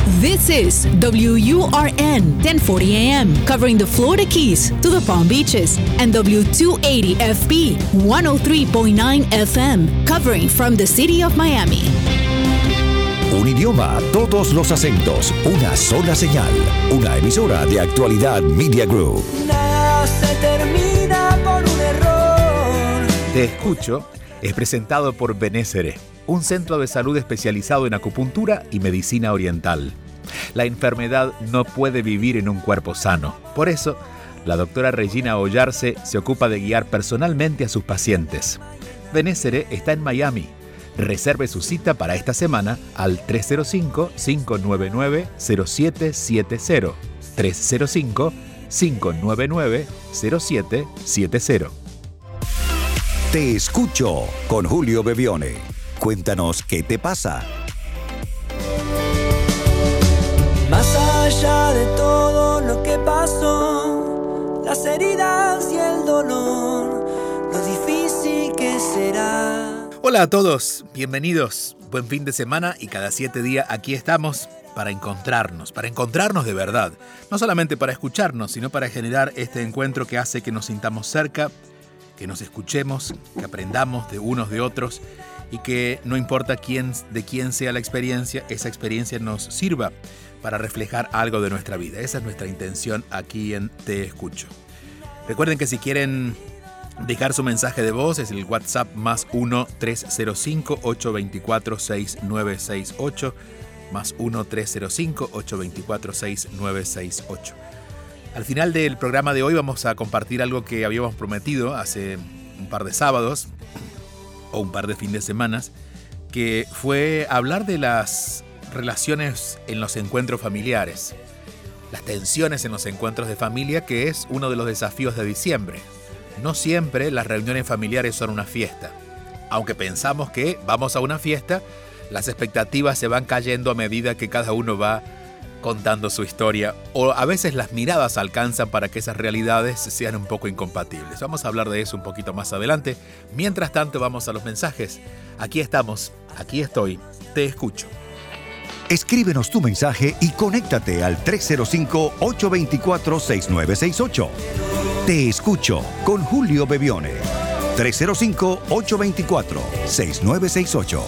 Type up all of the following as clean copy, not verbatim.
This is WURN 1040 AM, covering the Florida Keys to the Palm Beaches, and W280FB 103.9 FM, covering from the city of Miami. Un idioma, todos los acentos, una sola señal. Una emisora de Actualidad Media Group. Nada se termina por un error. Te escucho es presentado por Benessere, un centro de salud especializado en acupuntura y medicina oriental. La enfermedad no puede vivir en un cuerpo sano. Por eso, la doctora Regina Ollarse se ocupa de guiar personalmente a sus pacientes. Benessere está en Miami. Reserve su cita para esta semana al 305-599-0770. 305-599-0770. Te escucho con Julio Bebione. Cuéntanos qué te pasa. Más allá de todo lo que pasó, las heridas y el dolor, lo difícil que será. Hola a todos, bienvenidos. Buen fin de semana y cada 7 días aquí estamos para encontrarnos de verdad. No solamente para escucharnos, sino para generar este encuentro que hace que nos sintamos cerca, que nos escuchemos, que aprendamos de unos de otros y que no importa de quién sea la experiencia, esa experiencia nos sirva para reflejar algo de nuestra vida. Esa es nuestra intención aquí en Te Escucho. Recuerden que si quieren dejar su mensaje de voz es el WhatsApp más 1-305-824-6968, más 1-305-824-6968. Al final del programa de hoy vamos a compartir algo que habíamos prometido hace un par de sábados o un par de fin de semanas, que fue hablar de las relaciones en los encuentros familiares, las tensiones en los encuentros de familia, que es uno de los desafíos de diciembre. No siempre las reuniones familiares son una fiesta. Aunque pensamos que vamos a una fiesta, las expectativas se van cayendo a medida que cada uno va contando su historia, o a veces las miradas alcanzan para que esas realidades sean un poco incompatibles. Vamos a hablar de eso un poquito más adelante. Mientras tanto, vamos a los mensajes. Aquí estamos, aquí estoy, te escucho. Escríbenos tu mensaje y conéctate al 305-824-6968. Te escucho con Julio Bebione. 305-824-6968.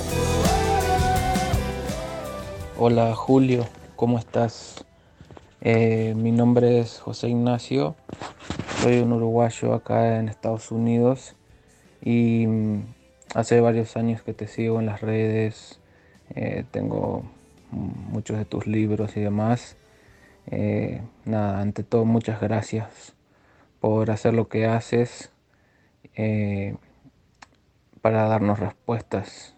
Hola Julio, ¿cómo estás? Mi nombre es José Ignacio, soy un uruguayo acá en Estados Unidos y hace varios años que te sigo en las redes, tengo muchos de tus libros y demás. Ante todo, muchas gracias por hacer lo que haces para darnos respuestas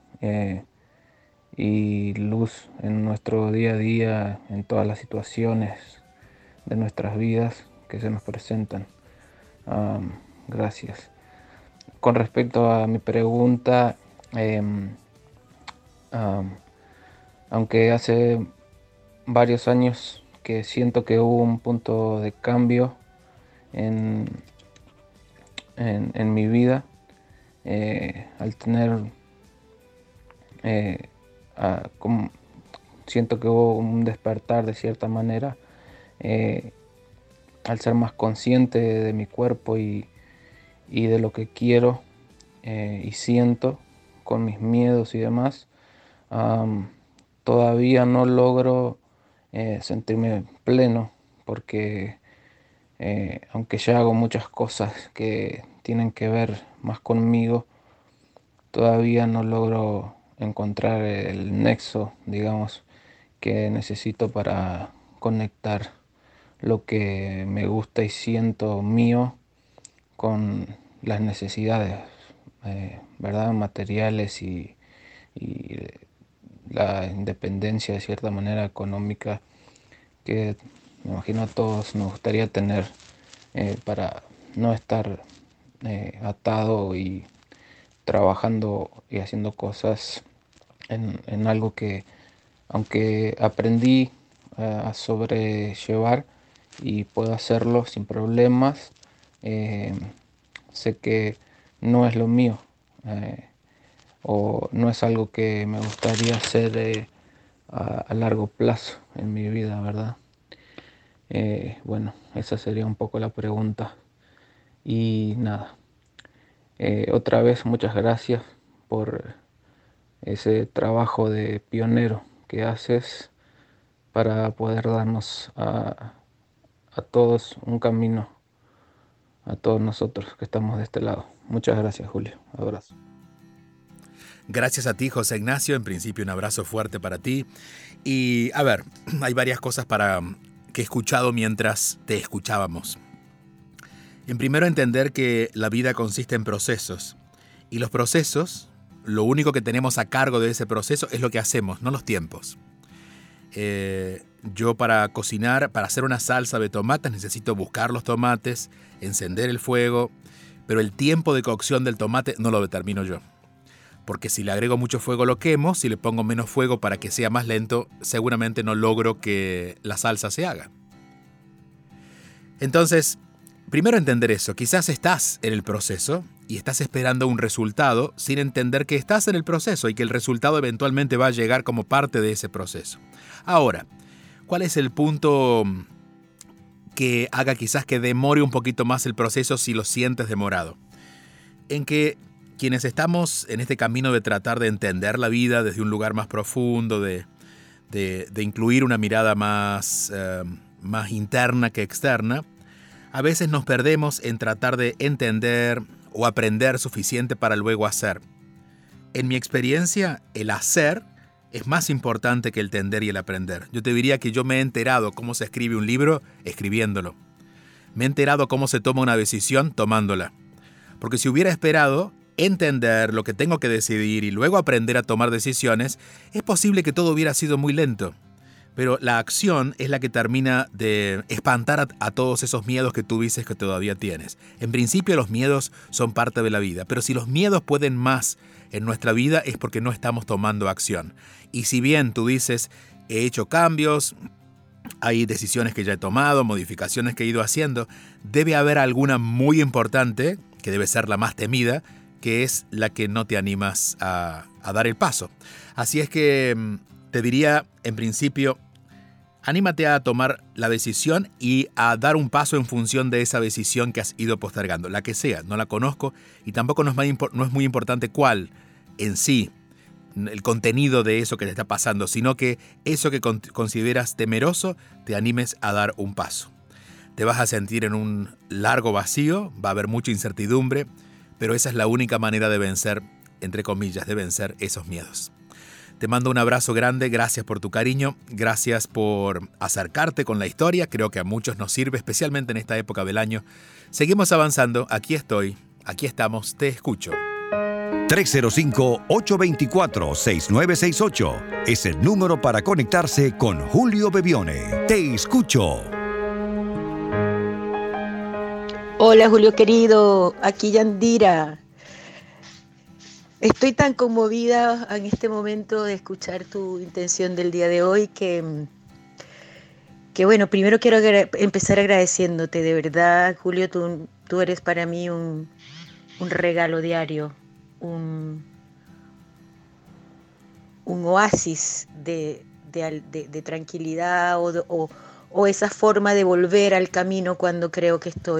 y luz en nuestro día a día, en todas las situaciones de nuestras vidas que se nos presentan. Gracias. Con respecto a mi pregunta, aunque hace varios años que siento que hubo un punto de cambio en mi vida, al tener siento que hubo un despertar de cierta manera, al ser más consciente de mi cuerpo y de lo que quiero y siento con mis miedos y demás. Todavía no logro sentirme pleno porque aunque ya hago muchas cosas que tienen que ver más conmigo, todavía no logro encontrar el nexo, digamos, que necesito para conectar lo que me gusta y siento mío con las necesidades, ¿verdad? Materiales y la independencia de cierta manera económica que me imagino a todos nos gustaría tener para no estar atado y trabajando y haciendo cosas en algo que, aunque aprendí a sobrellevar y puedo hacerlo sin problemas, sé que no es lo mío o no es algo que me gustaría hacer a largo plazo en mi vida, ¿verdad? Bueno, esa sería un poco la pregunta. Y nada, otra vez muchas gracias por ese trabajo de pionero que haces para poder darnos a todos un camino, a todos nosotros que estamos de este lado. Muchas gracias, Julio. Abrazo. Gracias a ti, José Ignacio. En principio, un abrazo fuerte para ti. Y a ver, hay varias cosas que he escuchado mientras te escuchábamos. En primero, entender que la vida consiste en procesos. Y los procesos, lo único que tenemos a cargo de ese proceso es lo que hacemos, no los tiempos. Yo para cocinar, para hacer una salsa de tomates, necesito buscar los tomates, encender el fuego, pero el tiempo de cocción del tomate no lo determino yo. Porque si le agrego mucho fuego lo quemo, si le pongo menos fuego para que sea más lento, seguramente no logro que la salsa se haga. Entonces, primero entender eso. Quizás estás en el proceso y estás esperando un resultado sin entender que estás en el proceso y que el resultado eventualmente va a llegar como parte de ese proceso. Ahora, ¿cuál es el punto que haga quizás que demore un poquito más el proceso si lo sientes demorado? En que quienes estamos en este camino de tratar de entender la vida desde un lugar más profundo, de incluir una mirada más interna que externa, a veces nos perdemos en tratar de entender o aprender suficiente para luego hacer. En mi experiencia, el hacer es más importante que el entender y el aprender. Yo te diría que yo me he enterado cómo se escribe un libro escribiéndolo. Me he enterado cómo se toma una decisión tomándola. Porque si hubiera esperado entender lo que tengo que decidir y luego aprender a tomar decisiones, es posible que todo hubiera sido muy lento. Pero la acción es la que termina de espantar a todos esos miedos que tú dices que todavía tienes. En principio los miedos son parte de la vida, pero si los miedos pueden más en nuestra vida es porque no estamos tomando acción. Y si bien tú dices, he hecho cambios, hay decisiones que ya he tomado, modificaciones que he ido haciendo, debe haber alguna muy importante, que debe ser la más temida, que es la que no te animas a dar el paso. Así es que te diría, en principio, anímate a tomar la decisión y a dar un paso en función de esa decisión que has ido postergando. La que sea, no la conozco y tampoco no es muy importante cuál en sí, el contenido de eso que te está pasando, sino que eso que consideras temeroso, te animes a dar un paso. Te vas a sentir en un largo vacío, va a haber mucha incertidumbre, pero esa es la única manera de vencer, entre comillas, de vencer esos miedos. Te mando un abrazo grande, gracias por tu cariño, gracias por acercarte con la historia, creo que a muchos nos sirve, especialmente en esta época del año. Seguimos avanzando, aquí estoy, aquí estamos, te escucho. 305-824-6968 es el número para conectarse con Julio Bebione. Te escucho. Hola Julio querido, aquí Yandira. Estoy tan conmovida en este momento de escuchar tu intención del día de hoy que bueno, primero quiero empezar agradeciéndote, de verdad, Julio, tú eres para mí un regalo diario, un oasis de tranquilidad o esa forma de volver al camino cuando creo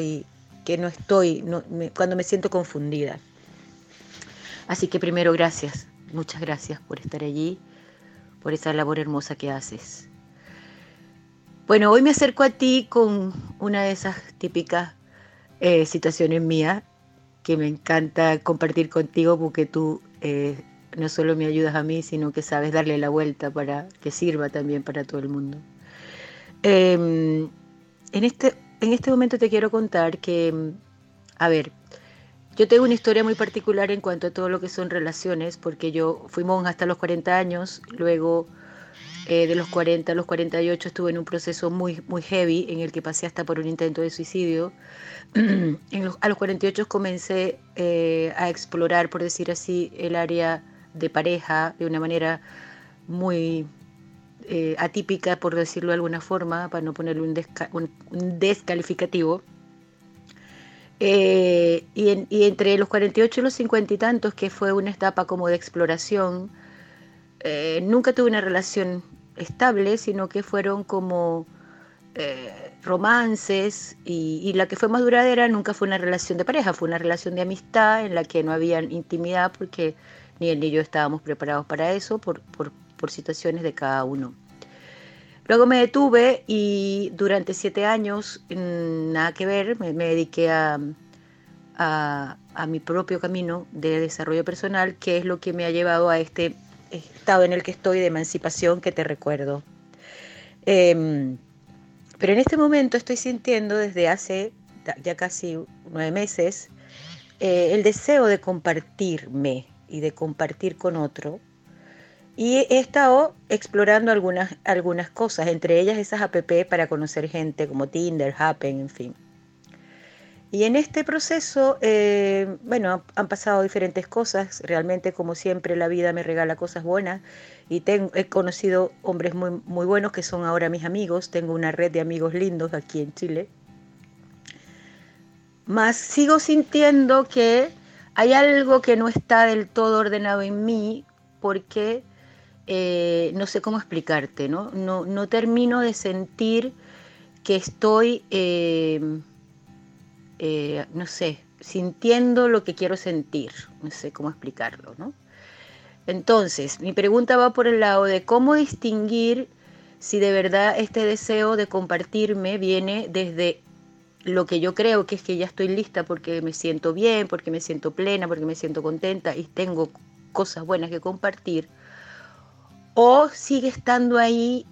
cuando me siento confundida. Así que primero gracias, muchas gracias por estar allí, por esa labor hermosa que haces. Bueno, hoy me acerco a ti con una de esas típicas situaciones mías que me encanta compartir contigo porque tú no solo me ayudas a mí, sino que sabes darle la vuelta para que sirva también para todo el mundo. En este momento te quiero contar que, yo tengo una historia muy particular en cuanto a todo lo que son relaciones, porque yo fui monja hasta los 40 años, luego de los 40 a los 48 estuve en un proceso muy, muy heavy en el que pasé hasta por un intento de suicidio. A los 48 comencé a explorar, por decir así, el área de pareja de una manera muy atípica, por decirlo de alguna forma, para no ponerle un descalificativo. Y entre los 48 y los 50 y tantos, que fue una etapa como de exploración, nunca tuve una relación estables, sino que fueron como romances, y la que fue más duradera nunca fue una relación de pareja, fue una relación de amistad en la que no había intimidad porque ni él ni yo estábamos preparados para eso por situaciones de cada uno. Luego me detuve y durante 7 años, nada que ver, me dediqué a mi propio camino de desarrollo personal, que es lo que me ha llevado a este estado en el que estoy de emancipación que te recuerdo. Pero en este momento estoy sintiendo desde hace ya casi 9 meses el deseo de compartirme y de compartir con otro. Y he estado explorando algunas cosas, entre ellas esas app para conocer gente como Tinder, Happen, en fin. Y en este proceso, han pasado diferentes cosas. Realmente, como siempre, la vida me regala cosas buenas. Y he conocido hombres muy, muy buenos que son ahora mis amigos. Tengo una red de amigos lindos aquí en Chile. Mas sigo sintiendo que hay algo que no está del todo ordenado en mí, porque no sé cómo explicarte, ¿no? No termino de sentir que estoy... no sé, sintiendo lo que quiero sentir, no sé cómo explicarlo, ¿no? Entonces, mi pregunta va por el lado de cómo distinguir si de verdad este deseo de compartirme viene desde lo que yo creo que es que ya estoy lista porque me siento bien, porque me siento plena, porque me siento contenta y tengo cosas buenas que compartir, o sigue estando ahí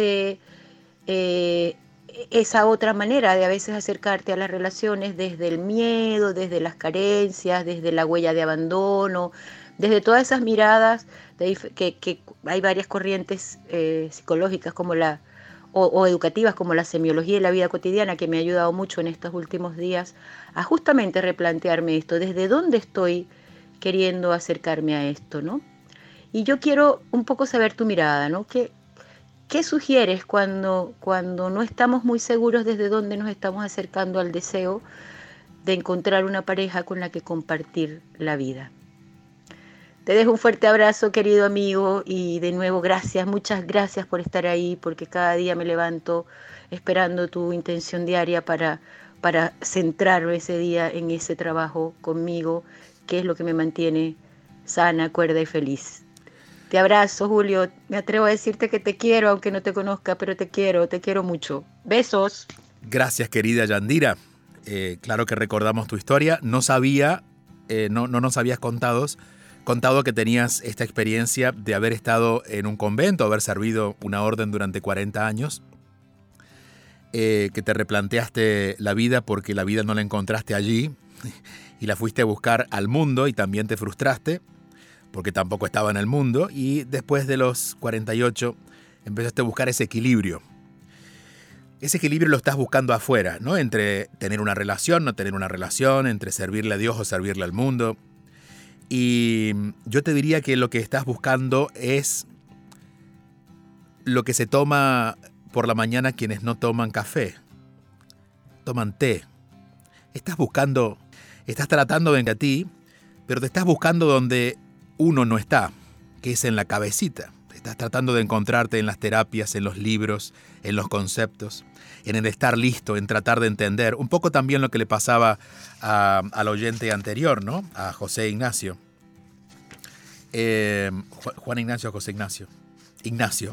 esa otra manera de a veces acercarte a las relaciones desde el miedo, desde las carencias, desde la huella de abandono, desde todas esas miradas que hay varias corrientes psicológicas como o educativas como la semiología y la vida cotidiana, que me ha ayudado mucho en estos últimos días a justamente replantearme esto, desde dónde estoy queriendo acercarme a esto, ¿no? Y yo quiero un poco saber tu mirada, ¿no? ¿Qué sugieres cuando no estamos muy seguros desde dónde nos estamos acercando al deseo de encontrar una pareja con la que compartir la vida? Te dejo un fuerte abrazo, querido amigo, y de nuevo gracias, muchas gracias por estar ahí, porque cada día me levanto esperando tu intención diaria para centrarme ese día en ese trabajo conmigo, que es lo que me mantiene sana, cuerda y feliz. Te abrazo, Julio. Me atrevo a decirte que te quiero, aunque no te conozca, pero te quiero mucho. Besos. Gracias, querida Yandira. Claro que recordamos tu historia. No sabía, no nos habías contado que tenías esta experiencia de haber estado en un convento, haber servido una orden durante 40 años, que te replanteaste la vida porque la vida no la encontraste allí y la fuiste a buscar al mundo y también te frustraste porque tampoco estaba en el mundo, y después de los 48 empezaste a buscar ese equilibrio. Ese equilibrio lo estás buscando afuera, ¿no? Entre tener una relación, no tener una relación, entre servirle a Dios o servirle al mundo. Y yo te diría que lo que estás buscando es lo que se toma por la mañana quienes no toman café, toman té. Estás tratando de venir a ti, pero te estás buscando donde uno no está, que es en la cabecita. Estás tratando de encontrarte en las terapias, en los libros, en los conceptos, en el estar listo, en tratar de entender. Un poco también lo que le pasaba al oyente anterior, ¿no? A José Ignacio. Juan Ignacio, José Ignacio. Ignacio.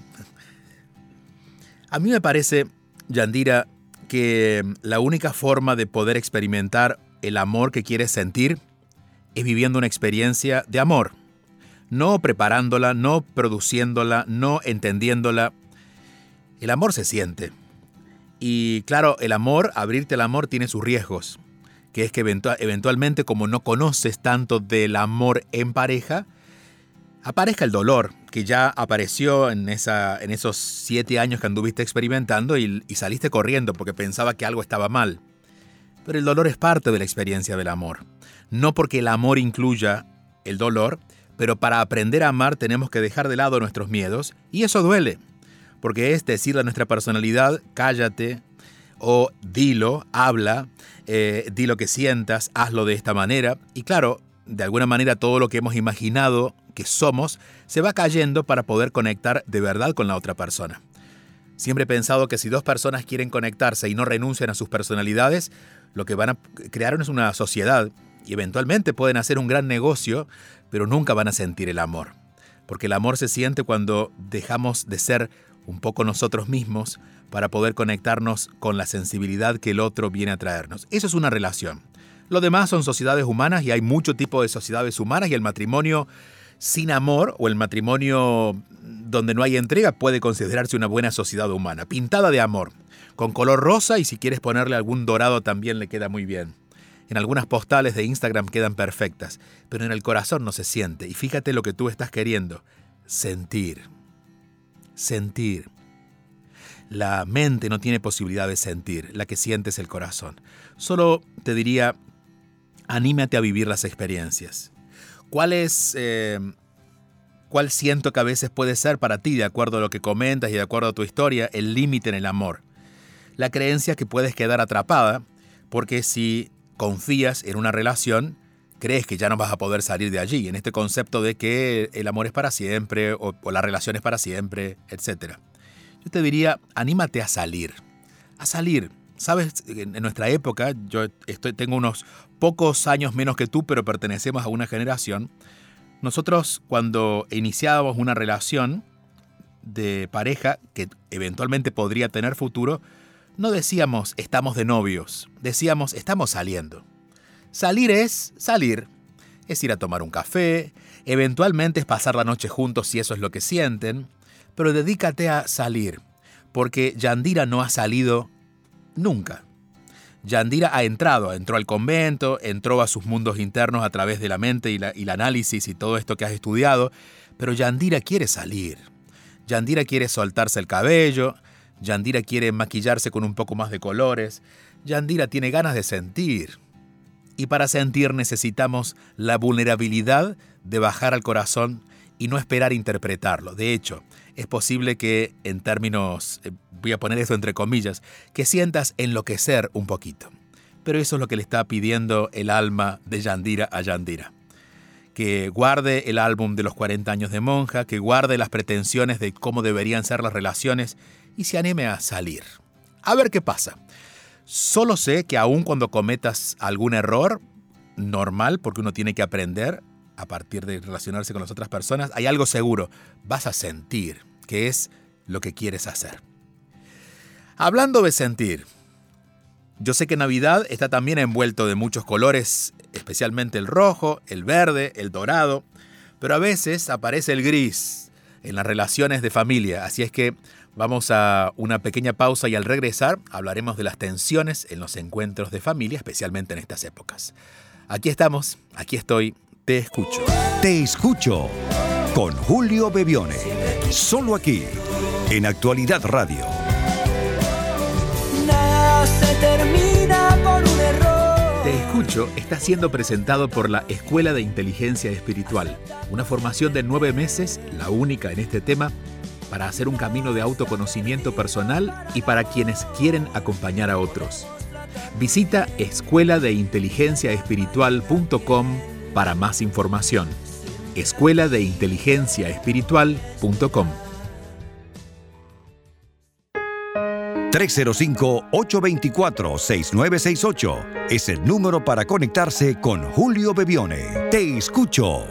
A mí me parece, Yandira, que la única forma de poder experimentar el amor que quieres sentir es viviendo una experiencia de amor. No preparándola, no produciéndola, no entendiéndola. El amor se siente. Y claro, abrirte al amor tiene sus riesgos, que es que eventualmente, como no conoces tanto del amor en pareja, aparezca el dolor, que ya apareció en esos 7 años que anduviste experimentando y saliste corriendo porque pensaba que algo estaba mal. Pero el dolor es parte de la experiencia del amor. No porque el amor incluya el dolor, pero para aprender a amar tenemos que dejar de lado nuestros miedos, y eso duele, porque es decirle a nuestra personalidad, cállate, o dilo, habla, di lo que sientas, hazlo de esta manera. Y claro, de alguna manera todo lo que hemos imaginado que somos se va cayendo para poder conectar de verdad con la otra persona. Siempre he pensado que si dos personas quieren conectarse y no renuncian a sus personalidades, lo que van a crear es una sociedad y eventualmente pueden hacer un gran negocio, pero nunca van a sentir el amor. Porque el amor se siente cuando dejamos de ser un poco nosotros mismos para poder conectarnos con la sensibilidad que el otro viene a traernos. Eso es una relación. Lo demás son sociedades humanas y hay mucho tipo de sociedades humanas y el matrimonio sin amor o el matrimonio donde no hay entrega puede considerarse una buena sociedad humana, pintada de amor, con color rosa y si quieres ponerle algún dorado también le queda muy bien. En algunas postales de Instagram quedan perfectas, pero en el corazón no se siente. Y fíjate lo que tú estás queriendo, sentir. Sentir. La mente no tiene posibilidad de sentir, la que siente es el corazón. Solo te diría, anímate a vivir las experiencias. ¿Cuál siento que a veces puede ser para ti, de acuerdo a lo que comentas y de acuerdo a tu historia, el límite en el amor? La creencia que puedes quedar atrapada, porque si confías en una relación, crees que ya no vas a poder salir de allí, en este concepto de que el amor es para siempre o la relación es para siempre, etc. Yo te diría, anímate a salir. A salir. Sabes, en nuestra época, tengo unos pocos años menos que tú, pero pertenecemos a una generación. Nosotros, cuando iniciábamos una relación de pareja que eventualmente podría tener futuro, no decíamos estamos de novios, decíamos estamos saliendo. Salir es salir, es ir a tomar un café, eventualmente es pasar la noche juntos si eso es lo que sienten, pero dedícate a salir, porque Yandira no ha salido nunca. Yandira entró al convento, entró a sus mundos internos a través de la mente y el análisis y todo esto que has estudiado, pero Yandira quiere salir. Yandira quiere soltarse el cabello, Yandira quiere maquillarse con un poco más de colores, Yandira tiene ganas de sentir. Y para sentir necesitamos la vulnerabilidad de bajar al corazón y no esperar interpretarlo. De hecho, es posible que en términos, voy a poner esto entre comillas, que sientas enloquecer un poquito. Pero eso es lo que le está pidiendo el alma de Yandira a Yandira. Que guarde el álbum de los 40 años de monja, que guarde las pretensiones de cómo deberían ser las relaciones y se anime a salir. A ver qué pasa. Solo sé que aun cuando cometas algún error, normal, porque uno tiene que aprender a partir de relacionarse con las otras personas, hay algo seguro, vas a sentir, que es lo que quieres hacer. Hablando de sentir, yo sé que Navidad está también envuelto de muchos colores, especialmente el rojo, el verde, el dorado, pero a veces aparece el gris en las relaciones de familia, así es que vamos a una pequeña pausa y al regresar hablaremos de las tensiones en los encuentros de familia, especialmente en estas épocas. Aquí estamos, aquí estoy, te escucho. Te escucho con Julio Bebione. Solo aquí, en Actualidad Radio. Nada se termina por un error. Te escucho está siendo presentado por la Escuela de Inteligencia Espiritual, una formación de 9 meses, la única en este tema, para hacer un camino de autoconocimiento personal y para quienes quieren acompañar a otros. Visita escueladeinteligenciaespiritual.com para más información. escueladeinteligenciaespiritual.com 305-824-6968 es el número para conectarse con Julio Bebione. Te escucho.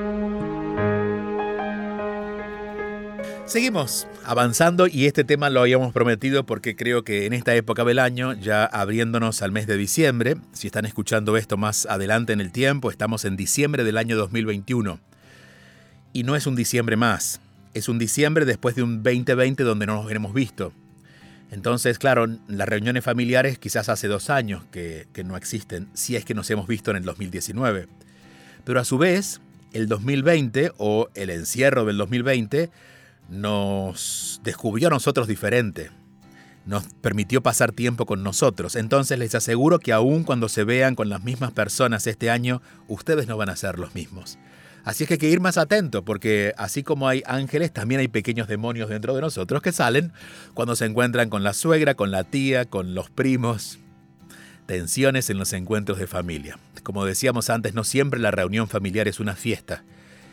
Seguimos avanzando y este tema lo habíamos prometido porque creo que en esta época del año, ya abriéndonos al mes de diciembre, si están escuchando esto más adelante en el tiempo, estamos en diciembre del año 2021. Y no es un diciembre más, es un diciembre después de un 2020 donde no nos hemos visto. Entonces, claro, las reuniones familiares quizás hace 2 años que no existen, si es que nos hemos visto en el 2019. Pero a su vez, el 2020 o el encierro del 2020 nos descubrió a nosotros diferente, nos permitió pasar tiempo con nosotros. Entonces les aseguro que aun cuando se vean con las mismas personas este año, ustedes no van a ser los mismos. Así es que hay que ir más atento, porque así como hay ángeles, también hay pequeños demonios dentro de nosotros que salen cuando se encuentran con la suegra, con la tía, con los primos. Tensiones en los encuentros de familia. Como decíamos antes, no siempre la reunión familiar es una fiesta,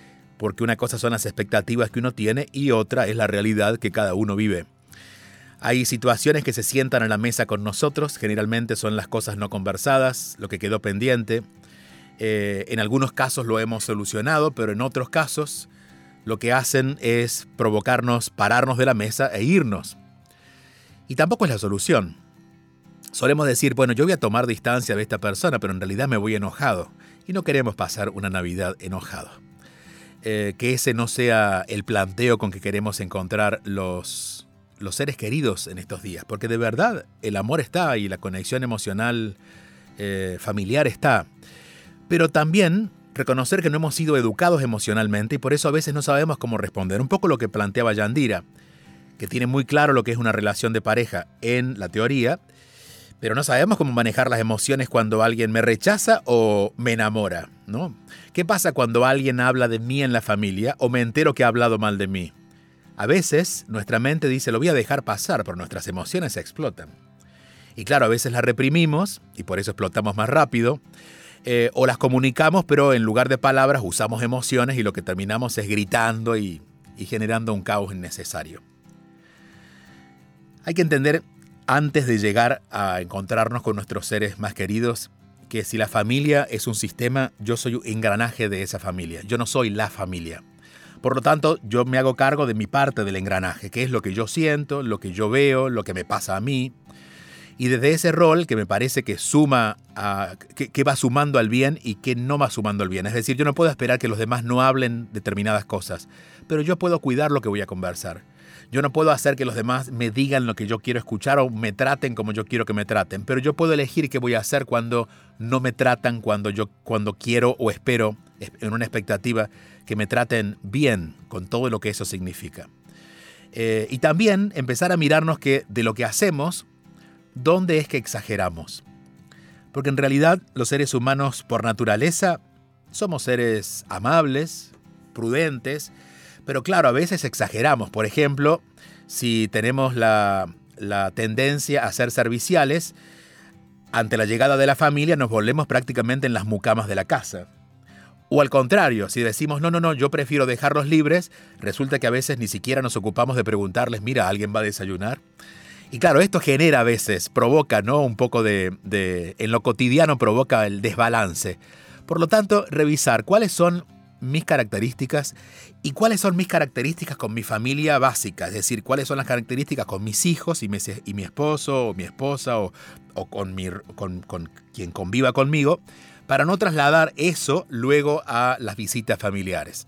porque una cosa son las expectativas que uno tiene y otra es la realidad que cada uno vive. Hay situaciones que se sientan a la mesa con nosotros, generalmente son las cosas no conversadas, lo que quedó pendiente. En algunos casos lo hemos solucionado, pero en otros casos lo que hacen es provocarnos pararnos de la mesa e irnos. Y tampoco es la solución. Solemos decir, bueno, yo voy a tomar distancia de esta persona, pero en realidad me voy enojado. Y no queremos pasar una Navidad enojado. Que ese no sea el planteo con que queremos encontrar los seres queridos en estos días. Porque de verdad el amor está y la conexión emocional familiar está. Pero también reconocer que no hemos sido educados emocionalmente y por eso a veces no sabemos cómo responder. Un poco lo que planteaba Yandira, que tiene muy claro lo que es una relación de pareja en la teoría, pero no sabemos cómo manejar las emociones cuando alguien me rechaza o me enamora, ¿no? ¿Qué pasa cuando alguien habla de mí en la familia o me entero que ha hablado mal de mí? A veces nuestra mente dice, lo voy a dejar pasar, pero nuestras emociones explotan. Y claro, a veces las reprimimos y por eso explotamos más rápido. O las comunicamos, pero en lugar de palabras usamos emociones y lo que terminamos es gritando y generando un caos innecesario. Hay que entender, antes de llegar a encontrarnos con nuestros seres más queridos, que si la familia es un sistema, yo soy un engranaje de esa familia. Yo no soy la familia. Por lo tanto, yo me hago cargo de mi parte del engranaje, que es lo que yo siento, lo que yo veo, lo que me pasa a mí. Y desde ese rol que me parece que suma que va sumando al bien y que no va sumando al bien. Es decir, yo no puedo esperar que los demás no hablen determinadas cosas, pero yo puedo cuidar lo que voy a conversar. Yo no puedo hacer que los demás me digan lo que yo quiero escuchar o me traten como yo quiero que me traten, pero yo puedo elegir qué voy a hacer cuando no me tratan, cuando quiero o espero en una expectativa que me traten bien, con todo lo que eso significa. Y también empezar a mirarnos que de lo que hacemos, ¿dónde es que exageramos? Porque en realidad los seres humanos por naturaleza somos seres amables, prudentes, pero claro, a veces exageramos. Por ejemplo, si tenemos la tendencia a ser serviciales, ante la llegada de la familia nos volvemos prácticamente en las mucamas de la casa. O al contrario, si decimos, no, yo prefiero dejarlos libres, resulta que a veces ni siquiera nos ocupamos de preguntarles, mira, ¿alguien va a desayunar? Y claro, esto genera a veces, provoca, ¿no? Un poco en lo cotidiano provoca el desbalance. Por lo tanto, revisar cuáles son mis características y cuáles son mis características con mi familia básica. Es decir, cuáles son las características con mis hijos y mi esposo o mi esposa o con quien conviva conmigo, para no trasladar eso luego a las visitas familiares.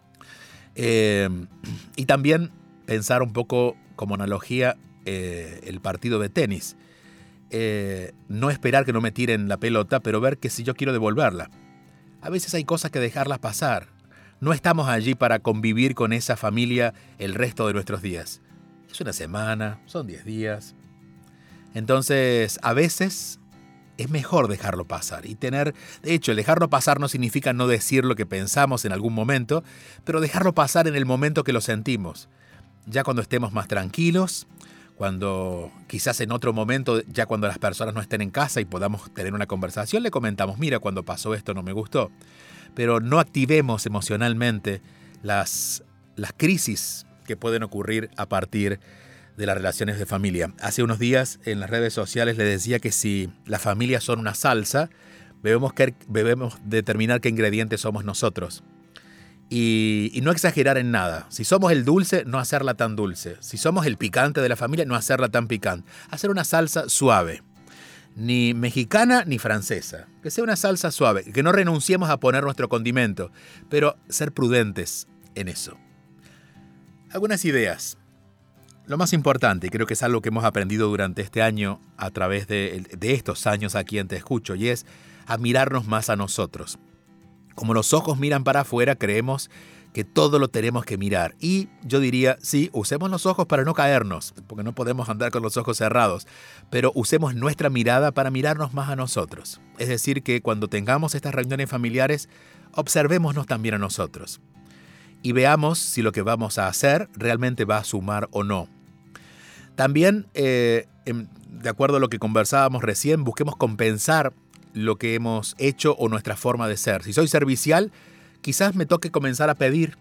Y también pensar un poco como analogía el partido de tenis. No esperar que no me tiren la pelota, pero ver que si yo quiero devolverla. A veces hay cosas que dejarlas pasar. No estamos allí para convivir con esa familia el resto de nuestros días. Es una semana, son 10 días. Entonces, a veces es mejor dejarlo pasar. De hecho, el dejarlo pasar no significa no decir lo que pensamos en algún momento, pero dejarlo pasar en el momento que lo sentimos. Ya cuando estemos más tranquilos, cuando quizás en otro momento, ya cuando las personas no estén en casa y podamos tener una conversación, le comentamos, mira, cuando pasó esto no me gustó. Pero no activemos emocionalmente las crisis que pueden ocurrir a partir de las relaciones de familia. Hace unos días en las redes sociales les decía que si las familias son una salsa, debemos determinar qué ingredientes somos nosotros. Y no exagerar en nada. Si somos el dulce, no hacerla tan dulce. Si somos el picante de la familia, no hacerla tan picante. Hacer una salsa suave. Ni mexicana ni francesa. Que sea una salsa suave. Que no renunciemos a poner nuestro condimento. Pero ser prudentes en eso. Algunas ideas. Lo más importante, y creo que es algo que hemos aprendido durante este año a través de estos años aquí en Te Escucho, y es a mirarnos más a nosotros. Como los ojos miran para afuera, creemos que todo lo tenemos que mirar. Y yo diría, sí, usemos los ojos para no caernos, porque no podemos andar con los ojos cerrados, pero usemos nuestra mirada para mirarnos más a nosotros. Es decir, que cuando tengamos estas reuniones familiares, observémonos también a nosotros. Y veamos si lo que vamos a hacer realmente va a sumar o no. También, de acuerdo a lo que conversábamos recién, busquemos compensar lo que hemos hecho o nuestra forma de ser. Si soy servicial, quizás me toque comenzar a pedir.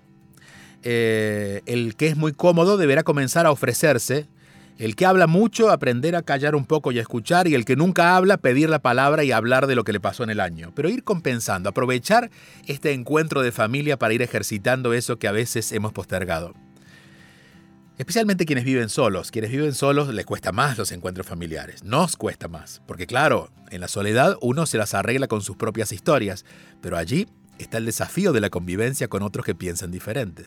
El que es muy cómodo deberá comenzar a ofrecerse. El que habla mucho, aprender a callar un poco y a escuchar. Y el que nunca habla, pedir la palabra y hablar de lo que le pasó en el año. Pero ir compensando, aprovechar este encuentro de familia para ir ejercitando eso que a veces hemos postergado. Especialmente quienes viven solos. Quienes viven solos les cuesta más los encuentros familiares. Nos cuesta más. Porque claro, en la soledad uno se las arregla con sus propias historias. Pero allí está el desafío de la convivencia con otros que piensan diferente.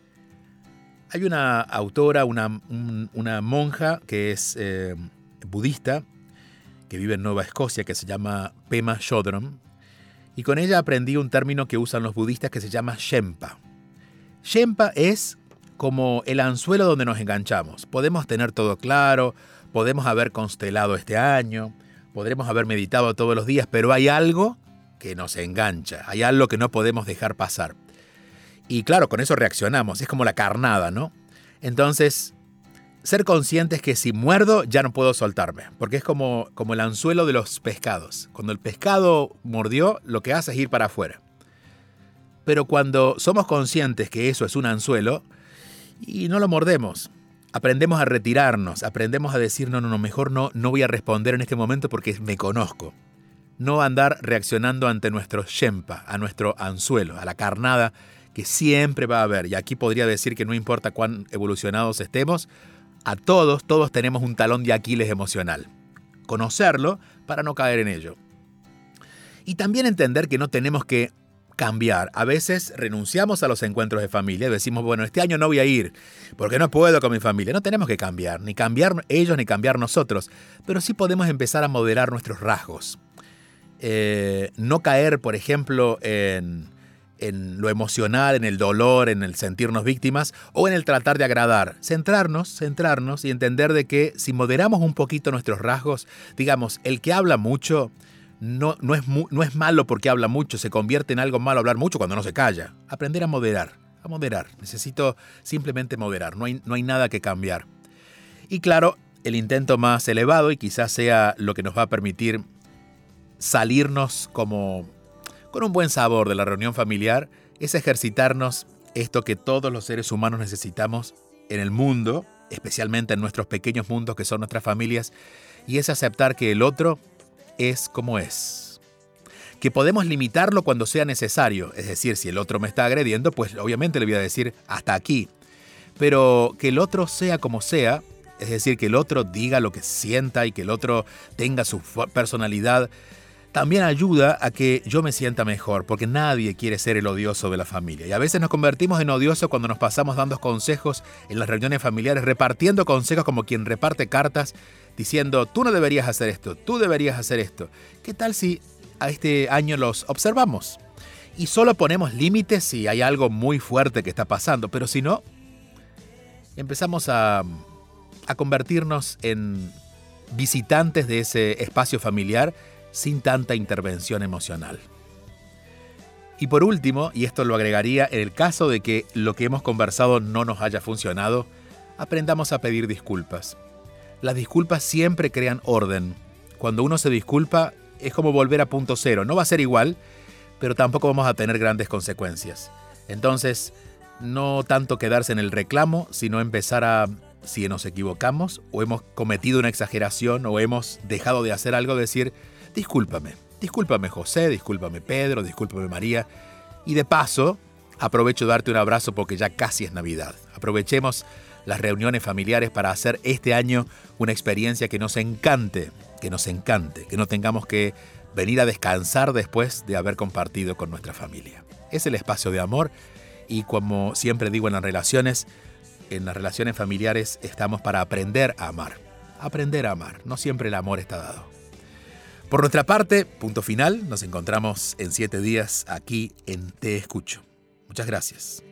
Hay una autora, una monja que es budista, que vive en Nueva Escocia, que se llama Pema Chodron. Y con ella aprendí un término que usan los budistas que se llama Shenpa. Shenpa es como el anzuelo donde nos enganchamos. Podemos tener todo claro, podemos haber constelado este año, podremos haber meditado todos los días, pero hay algo que nos engancha, hay algo que no podemos dejar pasar. Y claro, con eso reaccionamos, es como la carnada, ¿no? Entonces, ser conscientes que si muerdo ya no puedo soltarme, porque es como el anzuelo de los pescados. Cuando el pescado mordió, lo que hace es ir para afuera. Pero cuando somos conscientes que eso es un anzuelo, y no lo mordemos, aprendemos a retirarnos, aprendemos a decir, no, mejor no voy a responder en este momento porque me conozco. No andar reaccionando ante nuestro Shenpa, a nuestro anzuelo, a la carnada que siempre va a haber. Y aquí podría decir que no importa cuán evolucionados estemos, a todos tenemos un talón de Aquiles emocional. Conocerlo para no caer en ello. Y también entender que no tenemos que cambiar. A veces renunciamos a los encuentros de familia y decimos, bueno, este año no voy a ir porque no puedo con mi familia. No tenemos que cambiar, ni cambiar ellos ni cambiar nosotros, pero sí podemos empezar a moderar nuestros rasgos. No caer, por ejemplo, en lo emocional, en el dolor, en el sentirnos víctimas o en el tratar de agradar. Centrarnos y entender de que si moderamos un poquito nuestros rasgos, digamos, el que habla mucho no es malo porque habla mucho, se convierte en algo malo hablar mucho cuando no se calla. Aprender a moderar. Necesito simplemente moderar, no hay nada que cambiar. Y claro, el intento más elevado, y quizás sea lo que nos va a permitir salirnos como con un buen sabor de la reunión familiar, es ejercitarnos esto que todos los seres humanos necesitamos en el mundo, especialmente en nuestros pequeños mundos que son nuestras familias, y es aceptar que el otro es como es. Que podemos limitarlo cuando sea necesario, es decir, si el otro me está agrediendo, pues obviamente le voy a decir hasta aquí. Pero que el otro sea como sea, es decir, que el otro diga lo que sienta y que el otro tenga su personalidad, también ayuda a que yo me sienta mejor, porque nadie quiere ser el odioso de la familia. Y a veces nos convertimos en odiosos cuando nos pasamos dando consejos en las reuniones familiares, repartiendo consejos como quien reparte cartas, diciendo, tú no deberías hacer esto, tú deberías hacer esto. ¿Qué tal si a este año los observamos? Y solo ponemos límites si hay algo muy fuerte que está pasando, pero si no, empezamos a convertirnos en visitantes de ese espacio familiar sin tanta intervención emocional. Y por último, y esto lo agregaría, en el caso de que lo que hemos conversado no nos haya funcionado, aprendamos a pedir disculpas. Las disculpas siempre crean orden. Cuando uno se disculpa, es como volver a punto cero. No va a ser igual, pero tampoco vamos a tener grandes consecuencias. Entonces, no tanto quedarse en el reclamo, sino empezar a, si nos equivocamos, o hemos cometido una exageración, o hemos dejado de hacer algo, decir, discúlpame José, discúlpame Pedro, discúlpame María. Y de paso, aprovecho de darte un abrazo porque ya casi es Navidad. Aprovechemos las reuniones familiares para hacer este año una experiencia que nos encante, que no tengamos que venir a descansar después de haber compartido con nuestra familia. Es el espacio de amor y como siempre digo en las relaciones familiares estamos para aprender a amar. No siempre el amor está dado. Por nuestra parte, punto final, nos encontramos en 7 días aquí en Te Escucho. Muchas gracias.